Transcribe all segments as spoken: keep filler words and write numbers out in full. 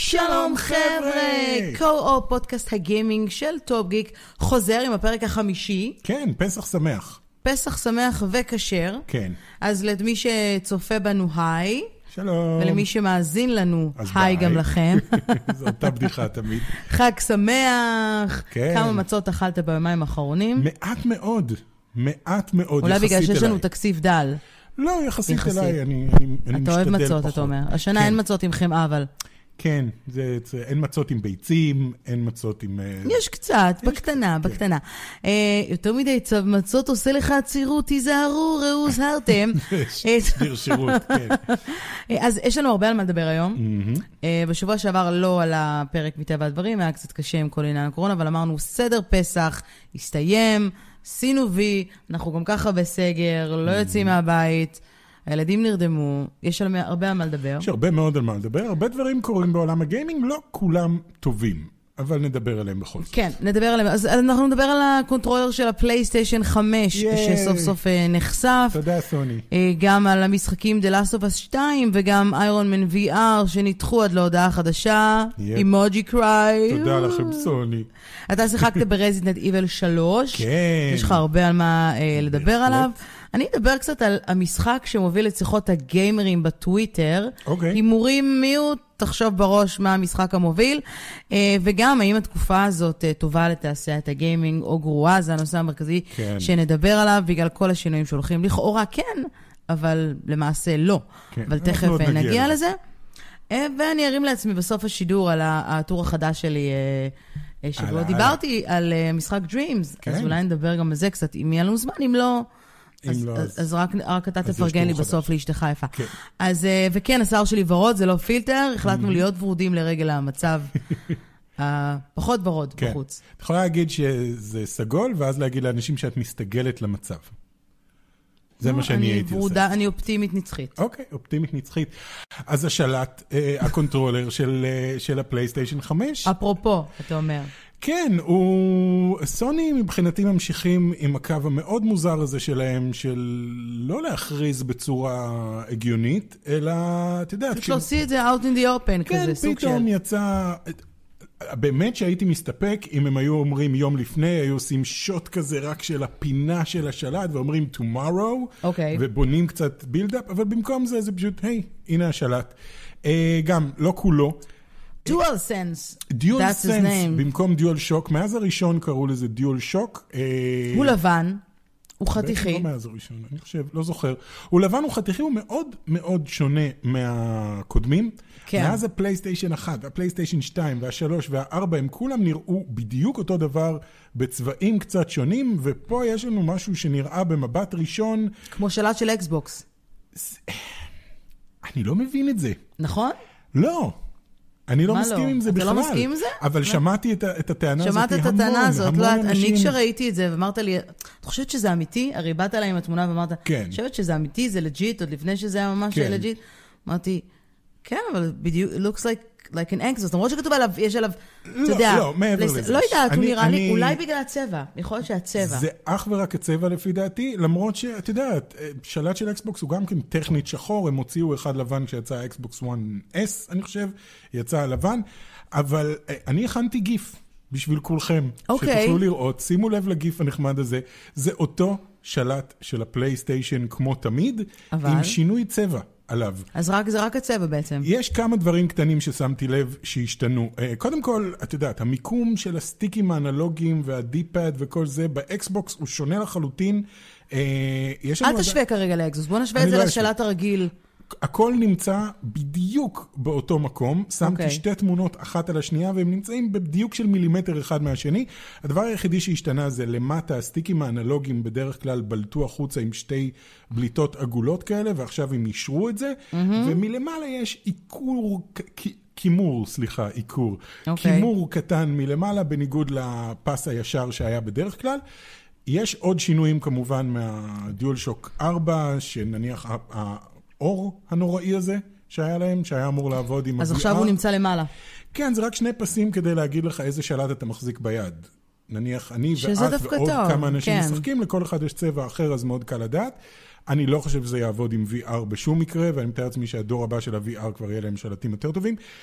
שלום חבר'ה, קו-אופ פודקאסט הגיימינג של טופ גיק חוזר עם הפרק החמישי. כן, פסח שמח. פסח שמח וכשר. כן. אז למי שצופה בנו היי. שלום. ולמי שמאזין לנו היי גם לכם. זו אותה בדיחה תמיד. חג שמח. כן. כמה מצות אכלת ביומיים האחרונים? מעט מאוד, מעט מאוד. אולי בגלל שיש לנו תקציב דל. לא, יחסית אליי, אני משתדל פחות. אתה אוהב מצות, אתה אומר. השנה אין מצות עם חמאה, אבל... כן, זה, זה, אין מצות עם ביצים, אין מצות עם... יש קצת, יש בקטנה, קצת, בקטנה. כן. אה, יותר מדי צו מצות עושה לך עצירות, תיזהרו, ראו, זהרתם. שדיר שירות, כן. אז יש לנו הרבה על מה לדבר היום. Mm-hmm. אה, בשבוע שעבר לא על הפרק מטבע הדברים, היה קצת קשה עם כל עניין הקורונה, אבל אמרנו, סדר פסח, הסתיים, עשינו וי, אנחנו גם ככה בסגר, לא יוצאים mm-hmm. מהבית, הילדים נרדמו, יש הרבה על מה לדבר. יש הרבה מאוד על מה לדבר, הרבה דברים קורים בעולם הגיימינג, לא כולם טובים, אבל נדבר עליהם בכל זאת. כן, נדבר עליהם. אז אנחנו נדבר על הקונטרולר של הפלייסטיישן חמש, שסוף סוף נחשף. תודה, סוני. גם על המשחקים The Last of Us שתיים, וגם איירון מן וי אר, שנדחו עד להודעה חדשה. אימוג'י קריי. תודה לכם, סוני. אתה שיחקת ברזידנט איבל שלוש. כן. יש לך הרבה על מה לדבר עליו. אני אדבר קצת על המשחק שמוביל את שיחות הגיימרים בטוויטר. אוקיי. הימורים מיעוט, תחשוב בראש מה המשחק המוביל, וגם האם התקופה הזאת טובה לתעשיית הגיימינג או גרועה, זה הנושא המרכזי כן. שנדבר עליו, בגלל כל השינויים שהולכים. לכאורה כן, אבל למעשה לא. כן. אבל תכף נגיע, נגיע לזה. ואני ארים לעצמי בסוף השידור על הטור החדש שלי, שבו דיברתי על משחק Dreams, כן. אז אולי נדבר גם על זה קצת, אם יהיה לנו זמן, אם לא... אז, לא, אז, אז רק, רק אתה תפרגן לי בסוף חדש. לאשתך יפה. כן. אז, וכן, השיער שלי ורוד, זה לא פילטר, החלטנו להיות ורודים לרגל המצב הפחות ורוד כן. בחוץ. את יכולה להגיד שזה סגול, ואז להגיד לאנשים שאת מסתגלת למצב. זה מה שאני הייתי ורודה, עושה. אני אופטימית נצחית. אוקיי, אופטימית נצחית. אז השלט, אה, הקונטרולר של, אה, של הפלייסטיישן חמש. אפרופו, אתה אומר. כן, הוא... סוני מבחינתי ממשיכים עם הקו המאוד מוזר הזה שלהם, של לא להכריז בצורה הגיונית, אלא, אתה יודע... פשוט להוציא את זה out in the open כן, כזה, סוג של... כן, פתאום יצא... באמת שהייתי מסתפק, אם הם היו אומרים יום לפני, היו עושים שוט כזה רק של הפינה של השלט, ואומרים tomorrow, okay. ובונים קצת בילדאפ, אבל במקום זה זה פשוט, היי, הנה השלט. גם, לא כולו. דיואל סנס. דיואל סנס, במקום דיואל שוק. מאז הראשון קראו לזה דיואל שוק. הוא לבן, הוא חתיכי. לא מאז הראשון, אני חושב, לא זוכר. הוא לבן, הוא חתיכי, הוא מאוד מאוד שונה מהקודמים. כן. מאז הפלייסטיישן אחת, הפלייסטיישן שתיים והשלוש והארבע, הם כולם נראו בדיוק אותו דבר בצבעים קצת שונים, ופה יש לנו משהו שנראה במבט ראשון. כמו שלט של אקסבוקס. אני לא מבין את זה. נכון? לא. אני לא מסכים לא? עם זה בכלל. אתה לא מסכים עם זה? אבל שמעתי את, את הטענה הזאת המון, שמעת את הטענה הזאת, המון לא, אנשים. אני כשראיתי את זה ואמרת לי, את חושבת שזה אמיתי? הרי באת עליי עם התמונה ואמרת, כן. אני חושבת שזה אמיתי, זה לג'יט, עוד לפני שזה היה ממש כן. לג'יט. אמרתי, כן, אבל בדיוק, it looks like, like an exos, למרות שכתוב עליו, יש עליו, לא, אתה יודע, לא, מעבר לס... לזה. לא יודעת, הוא נראה אני... לי, אולי בגלל הצבע, יכול להיות שהצבע. זה אך ורק הצבע לפי דעתי, למרות שאת יודעת, שלט של אקסבוקס הוא גם כן טכנית שחור, הם הוציאו אחד לבן כשיצא אקסבוקס וואן אס, אני חושב, יצא לבן, אבל אני הכנתי גיף בשביל כולכם, אוקיי. שתוכלו לראות, שימו לב לגיף הנחמד הזה, זה אותו שלט של הפלייסטיישן כמו תמיד, אבל... עם שינוי צבע. עליו. אז רק, זה רק הצבע בעצם. יש כמה דברים קטנים ששמתי לב שהשתנו. קודם כל, את יודעת, המיקום של הסטיקים האנלוגיים והדיפד וכל זה, באקסבוקס הוא שונה לחלוטין. אל תשווה כרגע לאקסבוקס, בוא נשווה את זה לשלט הרגיל. הכל נמצא בדיוק באותו מקום, שמתי okay. שתי תמונות אחת על השנייה, והם נמצאים בדיוק של מילימטר אחד מהשני. הדבר היחידי שהשתנה זה למטה, הסטיקים האנלוגיים בדרך כלל בלטו החוצה עם שתי בליטות עגולות כאלה, ועכשיו הם אישרו את זה, mm-hmm. ומלמעלה יש עיקור, כימור, סליחה, עיקור. Okay. כימור קטן מלמעלה, בניגוד לפס הישר שהיה בדרך כלל. יש עוד שינויים כמובן מהדיול שוק ארבע, שנניח האור הנוראי הזה שהיה להם, שהיה אמור לעבוד עם אז עכשיו הוא נמצא למעלה. כן, זה רק שני פסים כדי להגיד לך איזה שלט אתה מחזיק ביד. נניח אני ואת ועוד טוב. כמה אנשים כן. משחקים, לכל אחד יש צבע אחר, אז מאוד קל לדעת. אני לא חושב שזה יעבוד עם וי אר בשום מקרה, ואני מתאר לעצמי שהדור הבא של ה-וי אר כבר יהיה להם שלטים יותר טובים.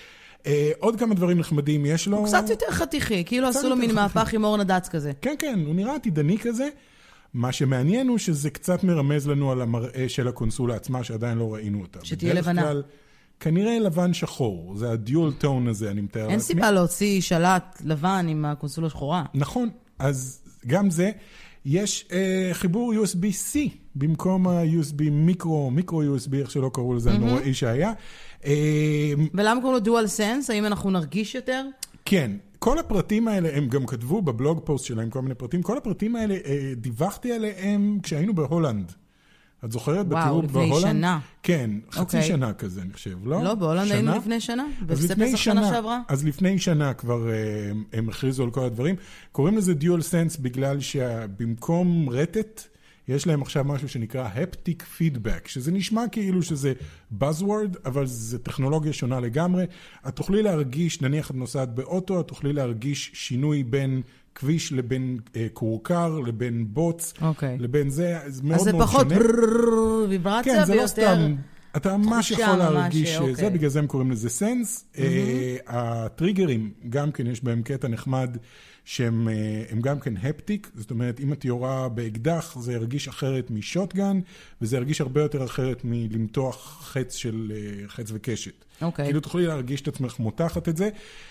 עוד כמה דברים נחמדים יש לו. הוא קצת יותר חתיכי, כאילו עשו לו מין מהפך עם אור נדץ כזה. כן, כן, הוא נראה עתידני כזה. מה שמעניין הוא שזה קצת מרמז לנו על המראה של הקונסולה עצמה, שעדיין לא ראינו אותה. שתהיה לבנה. כלל, כנראה לבן שחור, זה הדיול טון הזה, אני מתאר לעצמי. אין סיבה להוציא שלט לבן עם הקונסולה שחורה. נכון, אז גם זה, יש אה, חיבור יו אס בי-C, במקום ה-יו אס בי מיקרו, מיקרו-יו אס בי, איך שלא קראו לזה, הנוראי שהיה. אה, ולמה קוראים לו דואל סנס? האם אנחנו נרגיש יותר? כן. כל הפרטים האלה, הם גם כתבו בבלוג פוסט שלהם כל מיני פרטים, כל הפרטים האלה, אה, דיווחתי עליהם כשהיינו בהולנד. את זוכרת? וואו, לפני בהולנד? שנה. כן, חצי okay. שנה כזה, אני חושב, לא? לא, בהולנד שנה? היינו לפני שנה, בפסח שנה שעברה. אז לפני שנה כבר אה, הם הכריזו על כל הדברים. קוראים לזה דיול סנס בגלל שבמקום רטט, יש להם עכשיו משהו שנקרא הפטיק פידבק, שזה נשמע כאילו שזה buzzword, אבל זה טכנולוגיה שונה לגמרי. את תוכלי להרגיש, נניח את נוסעת באוטו, את תוכלי להרגיש שינוי בין כביש לבין אה, קורקר, לבין בוץ, okay. לבין זה, זה מאוד אז זה מאוד פחות שונה. ויברציה כן, זה ויותר... לא סתם, אתה ממש יכול להרגיש ממש, שזה, okay. בגלל זה הם קוראים לזה סנס. Mm-hmm. אה, הטריגרים, גם כן יש בהם קטע נחמד, שהם הם גם כן הפטיק, זאת אומרת, אם את יורה באקדח, זה ירגיש אחרת משוטגן, וזה ירגיש הרבה יותר אחרת מלמתוח חץ של חץ וקשת. אוקיי. כאילו תוכלי להרגיש את עצמך מותחת את זה.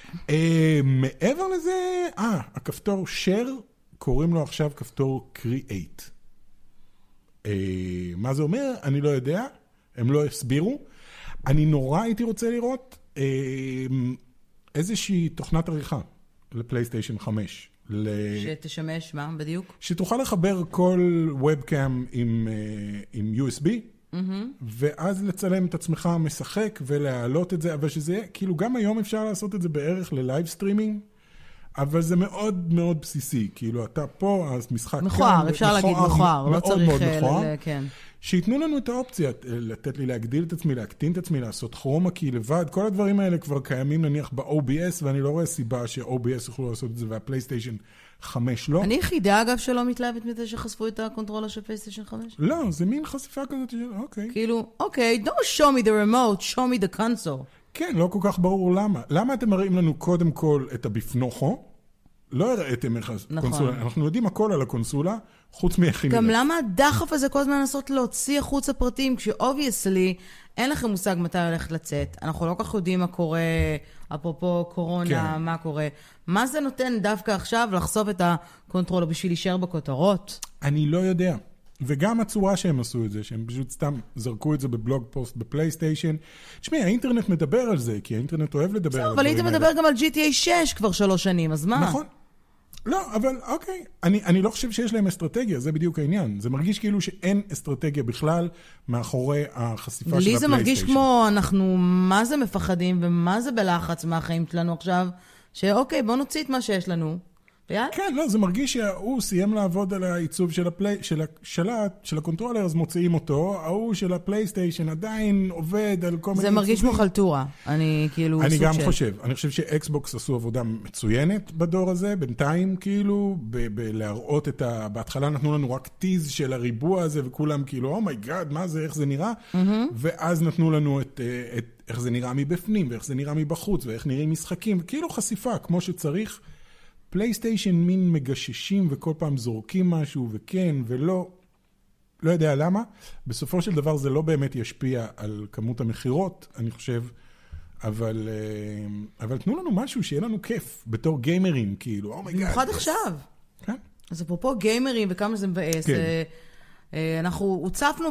מעבר לזה, אה, הכפתור share, קוראים לו עכשיו כפתור create. מה זה אומר? אני לא יודע, הם לא הסבירו. אני נורא הייתי רוצה לראות איזושהי תוכנת עריכה. לפלייסטיישן חמש. שתשמש, מה בדיוק? שתוכל לחבר כל ובקאם עם, עם יו אס בי, mm-hmm. ואז לצלם את עצמך משחק ולהעלות את זה, אבל שזה, כאילו גם היום אפשר לעשות את זה בערך ללייב סטרימינג, אבל זה מאוד מאוד בסיסי, כאילו אתה פה, אז משחק... מכוער, אפשר להגיד מכוער, לא צריך... כן. שיתנו לנו את האופציה, לתת לי להגדיל את עצמי, להקטין את עצמי, לעשות כרומקי לבד, כל הדברים האלה כבר קיימים נניח ב-או בי אס, ואני לא רואה סיבה ש-או בי אס יוכלו לעשות את זה, והפלייסטיישן חמש לא. אני יחידה אגב שלא מתלהבת מזה שחשפו את הקונטרולר של פלייסטיישן חמש? לא, זה מין חשיפה כזאת של, אוקיי. כאילו, אוקיי, don't show me the remote, show me the console. כן, לא כל כך ברור למה. למה אתם מראים לנו קודם כל את הבפנוכו? לא הראיתם איך הקונסולה. אנחנו יודעים הכל על הקונסולה, חוץ מאיך היא נראית. גם למה הדחף הזה כל הזמן לנסות להוציא החוץ הפרטים, כשאובייסלי אין לכם מושג מתי הולכת לצאת. אנחנו לא כך יודעים מה קורה, אפרופו קורונה, מה קורה. מה זה נותן דווקא עכשיו לחשוף את הקונטרולר בשביל להישאר בכותרות? אני לא יודע. וגם הצורה שהם עשו את זה, שהם פשוט סתם זרקו את זה בבלוג פוסט בפלייסטיישן. תשמעי, האינטרנט מדבר על זה, כי האינטרנט אוהב לדבר על זה. אבל היית מדבר גם על ג'י טי איי שש כבר שלוש שנים, אז מה? נכון. לא, אבל אוקיי. אני, אני לא חושב שיש להם אסטרטגיה, זה בדיוק העניין. זה מרגיש כאילו שאין אסטרטגיה בכלל מאחורי החשיפה של הפלייסטיישן. לי זה מרגיש כמו אנחנו מה זה מפחדים ומה זה בלחץ מהחיים שלנו עכשיו, שאוקיי, בוא נוציא את מה שיש לנו. כן, לא, זה מרגיש שהוא סיים לעבוד על העיצוב של הפלי, של השלט, של הקונטרולר, אז מוציאים אותו, ההוא של הפלייסטיישן עדיין עובד על כל מיני... זה מרגיש כמו חלטורה, אני כאילו... אני גם חושב, אני חושב שאקסבוקס עשו עבודה מצוינת בדור הזה, בינתיים כאילו, בלהראות את ה... בהתחלה נתנו לנו רק טיז של הריבוע הזה, וכולם כאילו, אומייגאד, מה זה, איך זה נראה? ואז נתנו לנו את... איך זה נראה מבפנים, ואיך זה נראה מבחוץ, ואיך נראים משחקים, וכאילו חשיפה, כמו שצריך. פלייסטיישן מין מגששים וכל פעם זורקים משהו וכן ולא, לא יודע למה. בסופו של דבר זה לא באמת ישפיע על כמות המחירות, אני חושב, אבל, אבל תנו לנו משהו שיהיה לנו כיף בתור גיימרים, כאילו, אומייגאד. במיוחד עכשיו. כן. אז אפרופו גיימרים וכמה זה מבאס, כן. אנחנו הוצפנו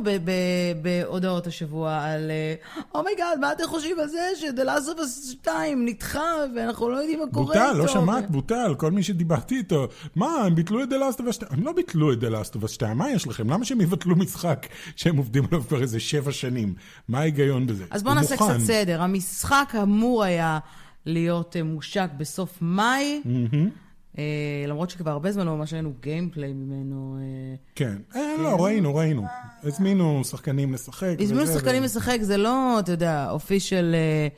בהודעות השבוע על אומייגאד, מה אתם חושבים על זה ש-The Last of Us שתיים נדחה ואנחנו לא יודעים מה קורה איתו? בוטל, לא שמעת, בוטל, כל מי שדיברתי איתו. מה, הם ביטלו את The Last of Us שתיים? הם לא ביטלו את The Last of Us שתיים, מה יש לכם? למה שהם יבטלו משחק שהם עובדים עליו כבר איזה שבע שנים? מה ההיגיון בזה? אז בואו נעשה קצת סדר. המשחק אמור היה להיות מושק בסוף מאי, למרות שכבר הרבה זמן לא ממש ראינו גיימפליי ממנו. כן, לא, ראינו, ראינו. הזמינו שחקנים לשחק. הזמינו שחקנים לשחק, זה לא, אתה יודע, אופישל,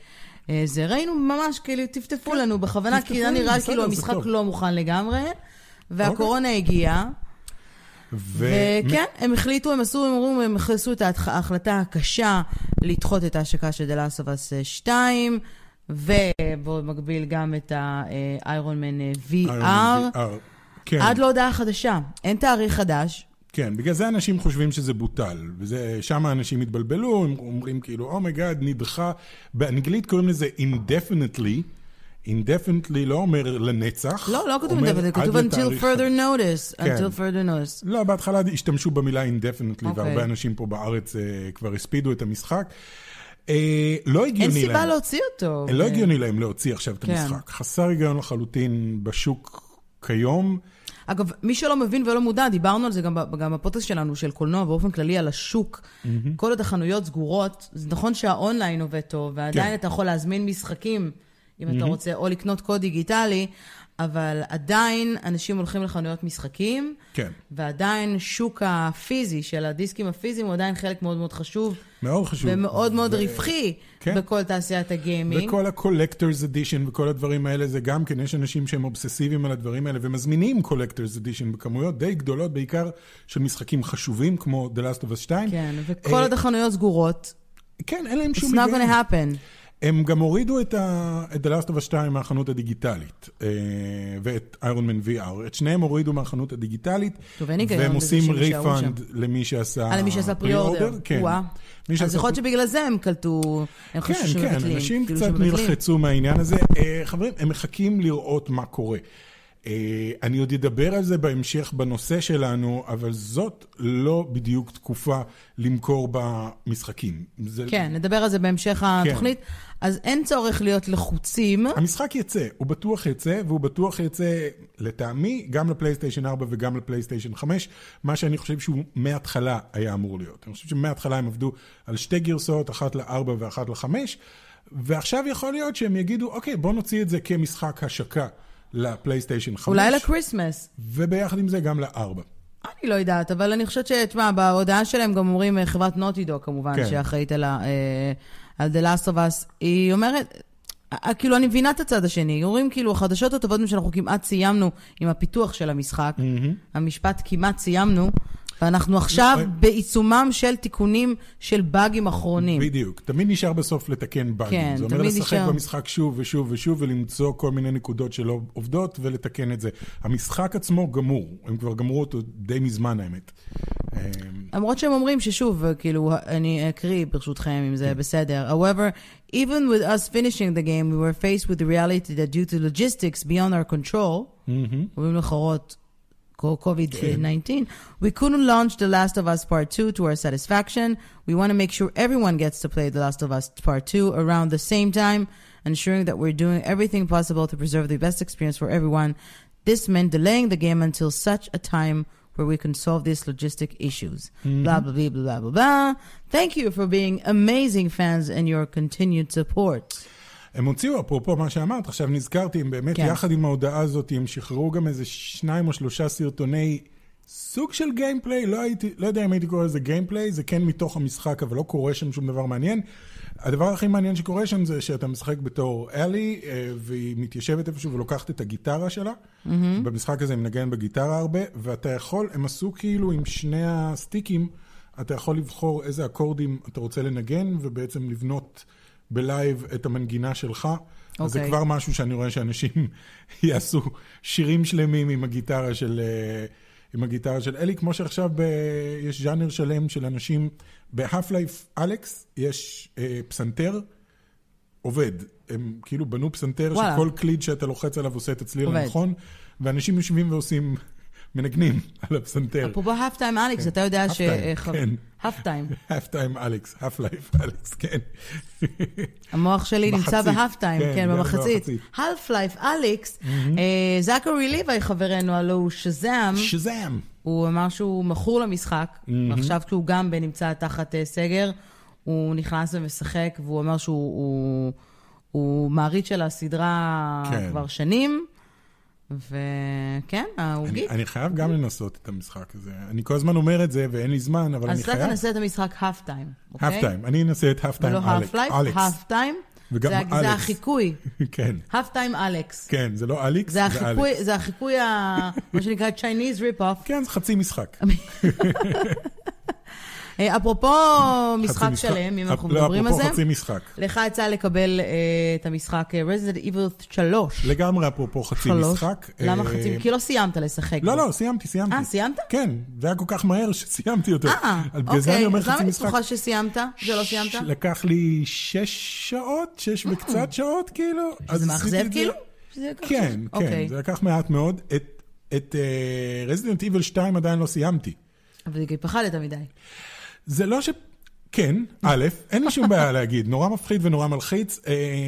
זה ראינו ממש, כאילו, תפתפו לנו בכוונה, כי זה נראה כאילו המשחק לא מוכן לגמרי, והקורונה הגיעה. וכן, הם החליטו, הם עשו, הם אמרו, הם הכנסו את ההחלטה הקשה לדחות את ההשקה של The Last of Us שתיים, ובמקביל גם את ה-Iron Man וי אר, כן. עד להודעה חדשה. אין תאריך חדש. כן, בגלל זה אנשים חושבים שזה בוטל, ושם האנשים התבלבלו, הם אומרים כאילו, אומייגאד, נדחה, באנגלית קוראים לזה indefinitely, indefinitely לא אומר לנצח. לא, לא כתוב indefinitely, כתוב until further notice, until further notice. לא, בהתחלה השתמשו במילה indefinitely, והרבה אנשים פה בארץ כבר הספידו את המשחק. לא הגיוני להם. אין סיבה להוציא אותו. לא הגיוני להם להוציא עכשיו את המשחק. חסר היגיון לחלוטין בשוק כיום. אגב, מי שלא מבין ולא מודע, דיברנו על זה גם, גם בפודקאסט שלנו, של קולנוע, באופן כללי על השוק. Mm-hmm. כל עוד החנויות סגורות, זה נכון שהאונליין עובד טוב, ועדיין כן. אתה יכול להזמין משחקים, אם mm-hmm. אתה רוצה, או לקנות קוד דיגיטלי, אבל עדיין אנשים הולכים לחנויות משחקים, כן. ועדיין שוק הפיזי של הדיסקים הפיזיים הוא עדיין חלק מאוד מאוד חשוב. מאוד חשוב. ומאוד מאוד ו... רווחי כן. בכל תעשיית הגיימינג. וכל ה-collector's edition וכל הדברים האלה, זה גם כן, יש אנשים שהם אובססיביים על הדברים האלה, ומזמינים collector's edition בכמויות די גדולות, בעיקר של משחקים חשובים, כמו The Last of Us שתיים. כן, וכל עוד החנויות סגורות. כן, אין להם שום It's not gonna happen. הם גם הורידו את, ה... את The Last of Us שתיים מהחנות הדיגיטלית, ואת Iron Man וי אר. את שניהם הורידו מהחנות הדיגיטלית, והם עושים ריפאנד למי שעשה למי שעשה פרי-אורדר. כן. אז יכול להיות שבגלל זה הם קלטו, הם כן, חושבים כן, שמבטלים. אנשים קצת נלחצו מהעניין הזה. חברים, הם מחכים לראות מה קורה. אני עוד אדבר על זה בהמשך בנושא שלנו, אבל זאת לא בדיוק תקופה למכור במשחקים. זה... כן, נדבר על זה בהמשך התוכנית. כן. אז אין צורך להיות לחוצים. המשחק יצא, הוא בטוח יצא, והוא בטוח יצא לטעמי, גם לפלייסטיישן ארבע וגם לפלייסטיישן חמש, מה שאני חושב שהוא מההתחלה היה אמור להיות. אני חושב שמההתחלה הם עבדו על שתי גרסאות, אחת לארבע ואחת לחמש, ועכשיו יכול להיות שהם יגידו, אוקיי, בוא נוציא את זה כמשחק השקה. לפלייסטיישן חמש. אולי לקריסמס. וביחד עם זה גם לארבע. אני לא יודעת, אבל אני חושבת שתשמע, בהודעה שלהם גם אומרים חברת נוטידו, כמובן, כן. שאחראית על, על The Last of Us, היא אומרת, כאילו אני מבינה את הצד השני, אומרים כאילו, החדשות הטובות שאנחנו כמעט סיימנו עם הפיתוח של המשחק, mm-hmm. המשפט כמעט סיימנו, ואנחנו עכשיו בעיצומם של תיקונים של באגים אחרונים. בדיוק. תמיד נשאר בסוף לתקן באגים. כן, זה אומר לשחק במשחק שוב ושוב ושוב, ולמצוא כל מיני נקודות שלא עובדות, ולתקן את זה. המשחק עצמו גמור. הם כבר גמרו אותו די מזמן, האמת. למרות שהם אומרים ששוב, כאילו, אני אקריא ברשותכם אם זה בסדר. However, even with us finishing the game, we were faced with the reality that due to logistics beyond our control, אומרים לחרות, COVID nineteen, we couldn't launch The Last of Us Part two to our satisfaction. We want to make sure everyone gets to play The Last of Us Part two around the same time, ensuring that we're doing everything possible to preserve the best experience for everyone. This meant delaying the game until such a time where we can solve these logistic issues. Mm-hmm. Blah, blah, blah, blah, blah, blah. Thank you for being amazing fans and your continued support. הם הוציאו, אפרופו מה שאמרת, עכשיו נזכרתי, הם באמת כן. יחד עם ההודעה הזאת, הם שחררו גם איזה שניים או שלושה סרטוני סוג של גיימפליי, לא, הייתי, לא יודע אם הייתי קורא לזה גיימפליי, זה כן מתוך המשחק, אבל לא קורה שם שום דבר מעניין. הדבר הכי מעניין שקורה שם זה שאתה משחק בתור אלי, והיא מתיישבת איפשהו ולוקחת את הגיטרה שלה, mm-hmm. במשחק הזה הם מנגן בגיטרה הרבה, ואתה יכול, הם עשו כאילו עם שני הסטיקים, אתה יכול לבחור איזה אקורדים אתה רוצה לנגן, ובעצם לבנות בלייב את המנגינה שלך, okay. אז זה כבר משהו שאני רואה שאנשים יעשו שירים שלמים עם הגיטרה של, עם הגיטרה של אלי, כמו שעכשיו ב, יש ז'אנר שלם של אנשים, ב-Half-Life Alyx יש אה, פסנתר, עובד, הם כאילו בנו פסנתר וואלה. שכל קליד שאתה לוחץ עליו עושה את הצליל הנכון, ואנשים יושבים ועושים מנגנים על הפסנתר. אפרופו Half-Time Alyx, אתה יודע ש... כן. Half-Time. Half-Time Alyx, Half-Life Alyx, כן. המוח שלי נמצא ב-Half-Time, כן, במחצית. Half-Life Alyx, זכרי ליווי חברנו, הלוא הוא שזאם. שזאם. הוא אמר שהוא מכור למשחק, ועכשיו כשהוא גם נמצא תחת סגר, הוא נכנס ומשחק, והוא אומר שהוא מעריץ של הסדרה כבר שנים, וכן, הוא גיק. אני חייב גם לנסות את המשחק הזה. אני כל הזמן אומר את זה, ואין לי זמן, אבל אני חייב. אז אתה תנסה את המשחק האף-טיים, אוקיי? האף-טיים. אני אנסה את האף-טיים ולא האף-לייף, האף-טיים. זה החיקוי. כן. האף-טיים אלכס. כן, זה לא אליקס, זה אלכס. זה החיקוי, מה שנקרא Chinese rip-off. כן, זה חצי משחק. אפרופו משחק שלם, אם אנחנו מדברים על זה. לא, אפרופו חצי משחק. לך יצא לקבל את המשחק Resident Evil שלוש. לגמרי אפרופו חצי משחק. למה חצי? כי לא סיימת לשחק. לא, לא, סיימתי, סיימתי. אה, סיימת? כן, זה היה כל כך מהר שסיימתי אותו. אה, אוקיי. אז למה נצטרך שסיימת? זה לא סיימת? לקח לי שש שעות, שש וקצת שעות, כאילו. זה מאכזב, כאילו? כן, כן, זה לקח מעט מאוד. את Resident Evil שתיים עדיין לא סיימתי. אבל זה פחדת מדי. זה לא ש... כן, א', אין לי שום בעיה להגיד, נורא מפחיד ונורא מלחיץ.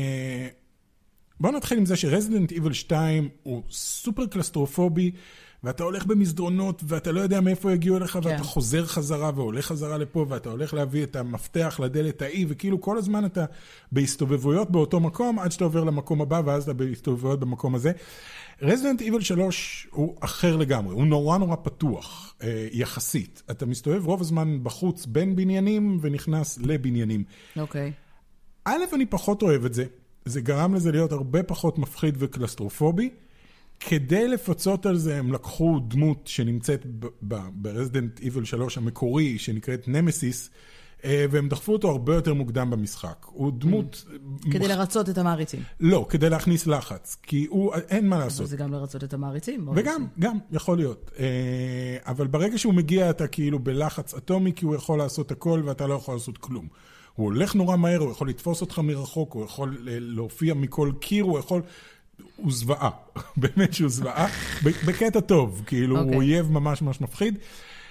בואו נתחיל עם זה ש-Resident Evil שתיים הוא סופר קלסטרופובי, ואתה הולך במסדרונות, ואתה לא יודע מאיפה יגיעו אליך, ואתה חוזר חזרה, והולך חזרה לפה, ואתה הולך להביא את המפתח לדלת האי, וכאילו כל הזמן אתה בהסתובבויות באותו מקום, עד שאתה עובר למקום הבא, ואז אתה בהסתובבויות במקום הזה. Resident Evil שלוש הוא אחר לגמרי, הוא נורא נורא פתוח, יחסית. אתה מסתובב רוב הזמן בחוץ בין בניינים, ונכנס לבניינים. אוקיי. א', אני פחות אוהב את זה. זה גרם לזה להיות הרבה פחות מפחיד וקלסטרופובי. כדי לפצות על זה, הם לקחו דמות שנמצאת ב-Resident Evil שלוש המקורי, שנקראת נמסיס, והם דחפו אותו הרבה יותר מוקדם במשחק. הוא דמות... כדי לרצות את המעריצים. לא, כדי להכניס לחץ, כי הוא, אין מה לעשות. אבל זה גם לרצות את המעריצים. וגם, גם, יכול להיות. אבל ברגע שהוא מגיע, אתה כאילו בלחץ אטומי, כי הוא יכול לעשות הכל, ואתה לא יכול לעשות כלום. הוא הולך נורא מהר, הוא יכול לתפוס אותך מרחוק, הוא יכול להופיע מכל קיר, הוא יכול... הוא זוועה, באמת שהוא זוועה, בקטע טוב, כאילו הוא אויב ממש ממש מפחיד.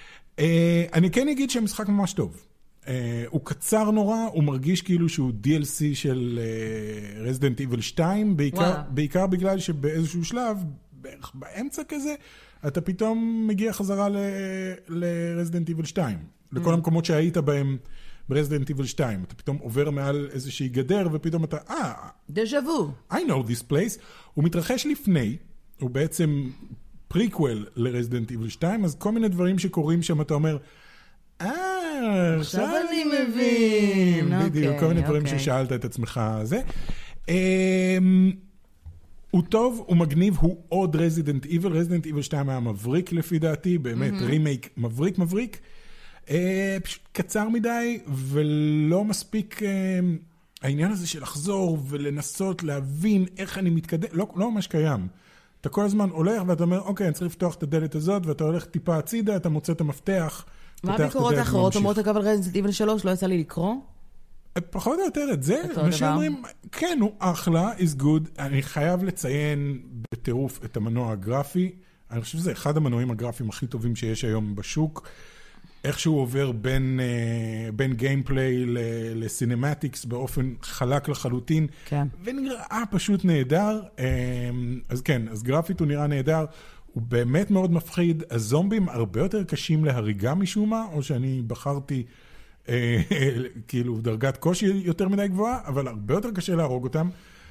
אני כן אגיד שהמשחק ממש טוב. הוא קצר נורא, הוא מרגיש כאילו שהוא די אל סי של Resident Evil שתיים, בעיקר בגלל שבאיזשהו שלב, בערך באמצע כזה, אתה פתאום מגיע חזרה ל-Resident Evil שתיים. לכל המקומות שהיית בהם ב-Resident Evil שתיים. אתה פתאום עובר מעל איזושהי גדר, ופתאום אתה, אה, דז'ה וו. I know this place. הוא מתרחש לפני, הוא בעצם פריקוול ל-Resident Evil שתיים, אז כל מיני דברים שקורים שם, אתה אומר, אה, עכשיו אני מבין. בדיוק, כל מיני דברים ששאלת את עצמך, זה. הוא טוב, הוא מגניב, הוא עוד Resident Evil. Resident Evil שתיים היה מבריק לפי דעתי, באמת רימייק מבריק מבריק. פשוט קצר מדי, ולא מספיק העניין הזה של לחזור ולנסות להבין איך אני מתקדם, לא, לא ממש קיים. אתה כל הזמן הולך ואתה אומר, אוקיי, אני צריך לפתוח את הדלת הזאת, ואתה הולך טיפה הצידה, אתה מוצא את המפתח, מה הביקורות האחרות? אומרות אגב על Resident Evil שלוש, לא יצא לי לקרוא? פחות או יותר את זה, אנשים אומרים, כן, הוא אחלה, is good. אני חייב לציין בטירוף את המנוע הגרפי, אני חושב שזה אחד המנועים הגרפיים הכי טובים שיש היום בשוק, איך שהוא עובר בין, בין גיימפליי לסינמטיקס באופן חלק לחלוטין, כן. ונראה פשוט נהדר. אז כן, אז גרפית הוא נראה נהדר, הוא באמת מאוד מפחיד. הזומבים הרבה יותר קשים להריגה משום מה, או שאני בחרתי כאילו דרגת קושי יותר מדי גבוהה, אבל הרבה יותר קשה להרוג אותם.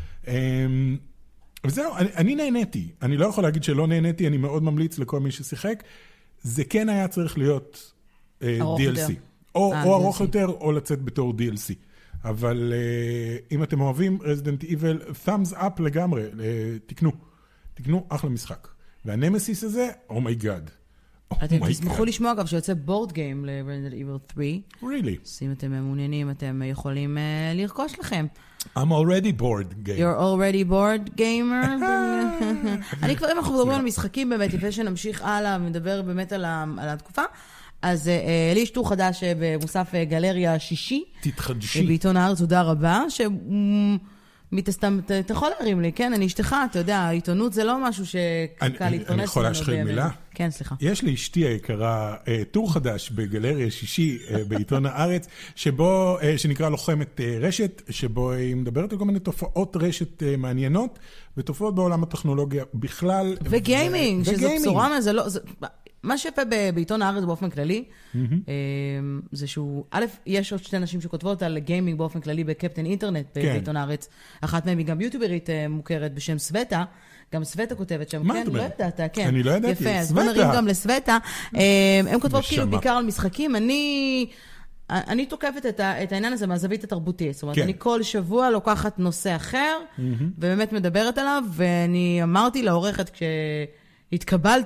וזהו, אני, אני נהניתי. אני לא יכול להגיד שלא נהניתי, אני מאוד ממליץ לכל מי ששיחק. זה כן היה צריך להיות די אל סי. או ארוך יותר, או לצאת בתור די אל סי. אבל אם אתם אוהבים Resident Evil, thumbs up לגמרי, תקנו. תקנו אחלה משחק. והנמסיס הזה, אומייגאד. אתם תשמחו לשמוע אגב שיוצא בורד גיים ל-Resident Evil שלוש. Really? אז אם אתם מעוניינים, אתם יכולים לרכוש לכם. I'm already bored game. You're already bored gamer? אני כבר, אם אנחנו מדברים על משחקים באמת, לפני שנמשיך הלאה, מדבר באמת על התקופה, אז לי יש טור חדש במוסף גלריה שישי. תתחדשי. בעיתון הארץ, תודה רבה, שמתסתם, אתה יכול להרים לי, כן? אני אשתך, אתה יודע, העיתונות זה לא משהו שקל להתפרנס. אני יכול להשחיל מילה? כן, סליחה. יש לי אשתי היקרה טור חדש בגלריה שישי בעיתון הארץ, שבו, שנקרא לוחמת רשת, שבו היא מדברת על כל מיני תופעות רשת מעניינות, ותופעות בעולם הטכנולוגיה בכלל. וגיימינג, שזו בשורה מה, זה לא... מה שיפה בעיתון הארץ באופן כללי, זה שהוא, א', יש עוד שתי נשים שכותבות על גיימינג באופן כללי בקפטן אינטרנט בעיתון הארץ. אחת מהם היא גם יוטיוברית מוכרת בשם סווטה, גם סווטה כותבת שם, כן? לא ידעת, כן. אני לא ידעתי, יפה, אז בוא נרים גם לסווטה. הן כותבות כאילו בעיקר על משחקים. אני... אני תוקפת את, ה, את העניין הזה מהזווית התרבותית. זאת אומרת, כן. אני כל שבוע לוקחת נושא אחר, ובאמת מדברת עליו, ואני אמרתי לעורכת כשהתקבלתי,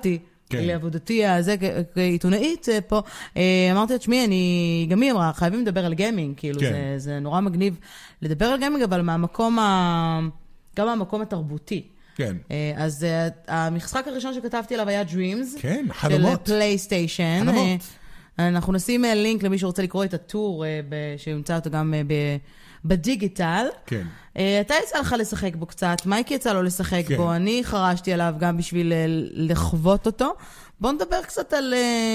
לעבודתי הזה כעיתונאית פה, אמרתי את שמי, אני, גם היא אמרה, חייבים לדבר על גיימינג, כאילו זה, זה נורא מגניב לדבר על גיימינג, אבל מהמקום ה... גם מהמקום התרבותי. כן. אז המשחק הראשון שכתבתי עליו היה Dreams. כן, חלומות. של פלייסטיישן. חלומות. אנחנו נשים לינק למי שרוצה לקרוא את הטור, שימצא אותו גם בדיגיטל. כן. אתה יצא לך לשחק בו קצת, מייקי יצא לו לשחק כן. בו, אני חרשתי עליו גם בשביל לחוות אותו. בואו נדבר קצת על...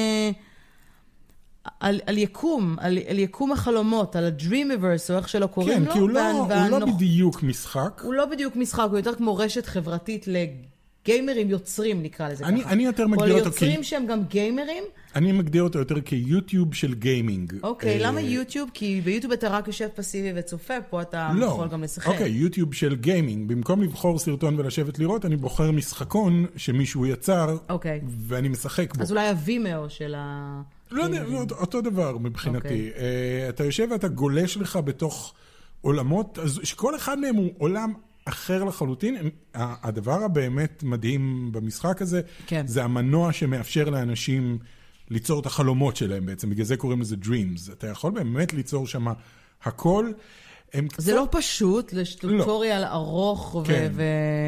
על, על יקום, על, על יקום החלומות, על ה-Dreamiverse, או איך שלא קוראים כן, לו. כי הוא, לא, הוא לא בדיוק משחק. הוא לא בדיוק משחק, הוא יותר כמו רשת חברתית לגיימרים יוצרים, נקרא לזה אני, ככה. אני יותר מגדיר אותו כ... או ליוצרים שהם גם גיימרים. אני מגדיר אותו יותר כיוטיוב של גיימינג. אוקיי, למה יוטיוב? כי ביוטיוב אתה רק יושב פסיבי וצופה, פה אתה יכול גם לשחק. אוקיי, יוטיוב של גיימינג. במקום לבחור סרטון ולשבת לראות, אני בוחר משחקון שמישהו יצר, ואני משחק בו. אז אולי הווימאו של ה... לא יודע, אותו דבר מבחינתי. אתה יושב ואתה גולש לך בתוך עולמות, אז שכל אחד מהם הוא עולם אחר לחלוטין. הדבר הבאמת מדהים במשחק הזה, זה המנוע שמאפשר לאנשים ליצור את החלומות שלהם בעצם. בגלל זה קוראים לזה Dreams. אתה יכול באמת ליצור שם הכל. זה לא פשוט, זה טוטוריאל ארוך ו...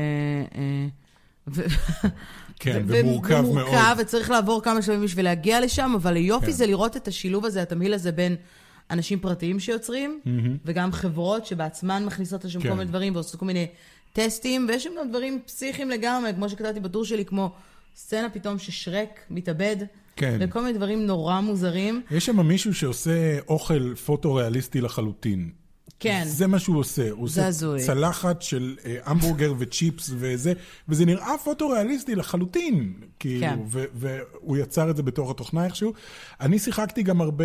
כן, ומורכב מאוד. ומורכב, וצריך לעבור כמה שלבים בשביל להגיע לשם, אבל היופי זה לראות את השילוב הזה, התמהיל הזה בין אנשים פרטיים שיוצרים, וגם חברות שבעצמן מכניסות לשם כל מיני דברים, ועושות כל מיני טסטים, ויש שם גם דברים פסיכיים לגמרי, כמו שכתבתי בטור שלי, כמו סצנה פתאום ששרק מתאבד, וכל מיני דברים נורא מוזרים. יש שם מישהו שעושה אוכל פוטו-ריאליסטי לחלוטין. כן. זה מה שהוא עושה. הוא עושה צלחת של המבורגר וצ'יפס וזה, וזה נראה פוטו-ריאליסטי לחלוטין, כאילו, והוא יצר את זה בתוך התוכנה איכשהו. אני שיחקתי גם הרבה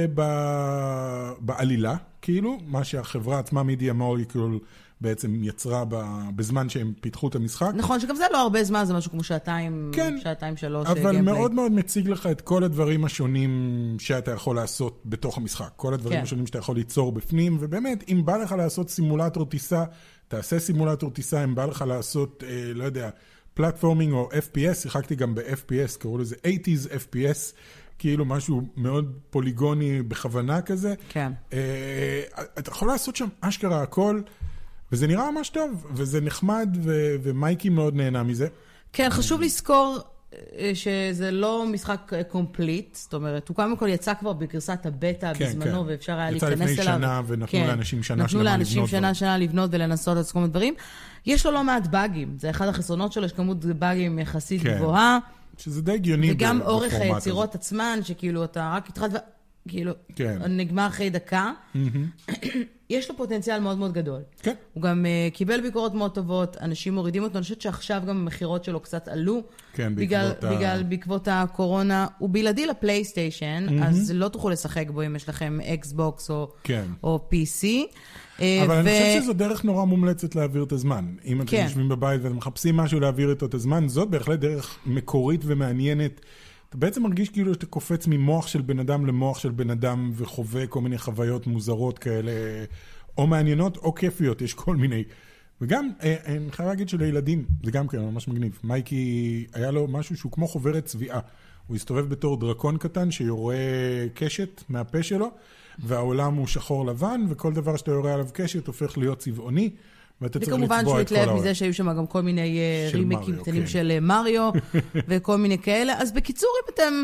בעלילה, כאילו, מה שהחברה עצמה, מידיה מוליקול, בעצם יצרה בזמן שהם פיתחו את המשחק. נכון, שגם זה לא הרבה זמן, זה משהו כמו שעתיים, כן, שעתיים שלוש. אבל מאוד מאוד מציג לך את כל הדברים השונים שאתה יכול לעשות בתוך המשחק. כל הדברים כן. השונים שאתה יכול ליצור בפנים, ובאמת, אם בא לך לעשות סימולטור טיסה, תעשה סימולטור טיסה, אם בא לך לעשות, אה, לא יודע, פלטפורמינג או אף פי אס, שיחקתי גם ב-אף פי אס, קראו לזה שמונים אף פי אס, כאילו משהו מאוד פוליגוני בכוונה כזה. כן. אה, אתה יכול לעשות שם אשכרה הכל, וזה נראה ממש טוב, וזה נחמד, ו- ומייקי מאוד נהנה מזה. כן, חשוב לזכור שזה לא משחק קומפליט, זאת אומרת, הוא קודם כל יצא כבר בגרסת הבטא כן, בזמנו, כן. ואפשר היה להיכנס אליו. יצא לפני שנה, ונתנו כן. לאנשים שנה שלמה לבנות. נתנו לאנשים שנה שנה לבנות ולנסות את כל מיני דברים. יש לו לא מעט באגים, זה אחד החסרונות שלו, יש כמות באגים יחסית כן. גבוהה. שזה די הגיוני וגם אורך היצירות עצמן, שכאילו אתה רק התחלת, כאילו, כן. נגמר אחרי דקה. יש לו פוטנציאל מאוד מאוד גדול. כן. הוא גם uh, קיבל ביקורות מאוד טובות, אנשים מורידים אותו, אני חושבת שעכשיו גם המחירות שלו קצת עלו, כן, בגלל, בעקבות, בגלל, ה... בעקבות הקורונה. הוא בלעדי לפלייסטיישן, mm-hmm. אז לא תוכלו לשחק בו אם יש לכם אקסבוקס או, כן. או פי סי. אבל ו... אני חושב שזו דרך נורא מומלצת להעביר את הזמן. אם אתם כן. יושבים בבית ואתם מחפשים משהו להעביר איתו את הזמן, זאת בהחלט דרך מקורית ומעניינת. אתה בעצם מרגיש כאילו שאתה קופץ ממוח של בן אדם למוח של בן אדם וחווה כל מיני חוויות מוזרות כאלה, או מעניינות או כיפיות, יש כל מיני. וגם, אני חייב להגיד שלילדים, זה גם כן ממש מגניב. מייקי, היה לו משהו שהוא כמו חוברת צביעה. הוא הסתובב בתור דרקון קטן שיורה קשת מהפה שלו, והעולם הוא שחור לבן, וכל דבר שאתה יורה עליו קשת הופך להיות צבעוני, ואתה צריך לצבוע את כל העולם. וכמובן שהוא התלהב מזה שהיו שם גם כל מיני רימיקים קטנים של מריו, וכל מיני כאלה. אז בקיצור, אם אתם,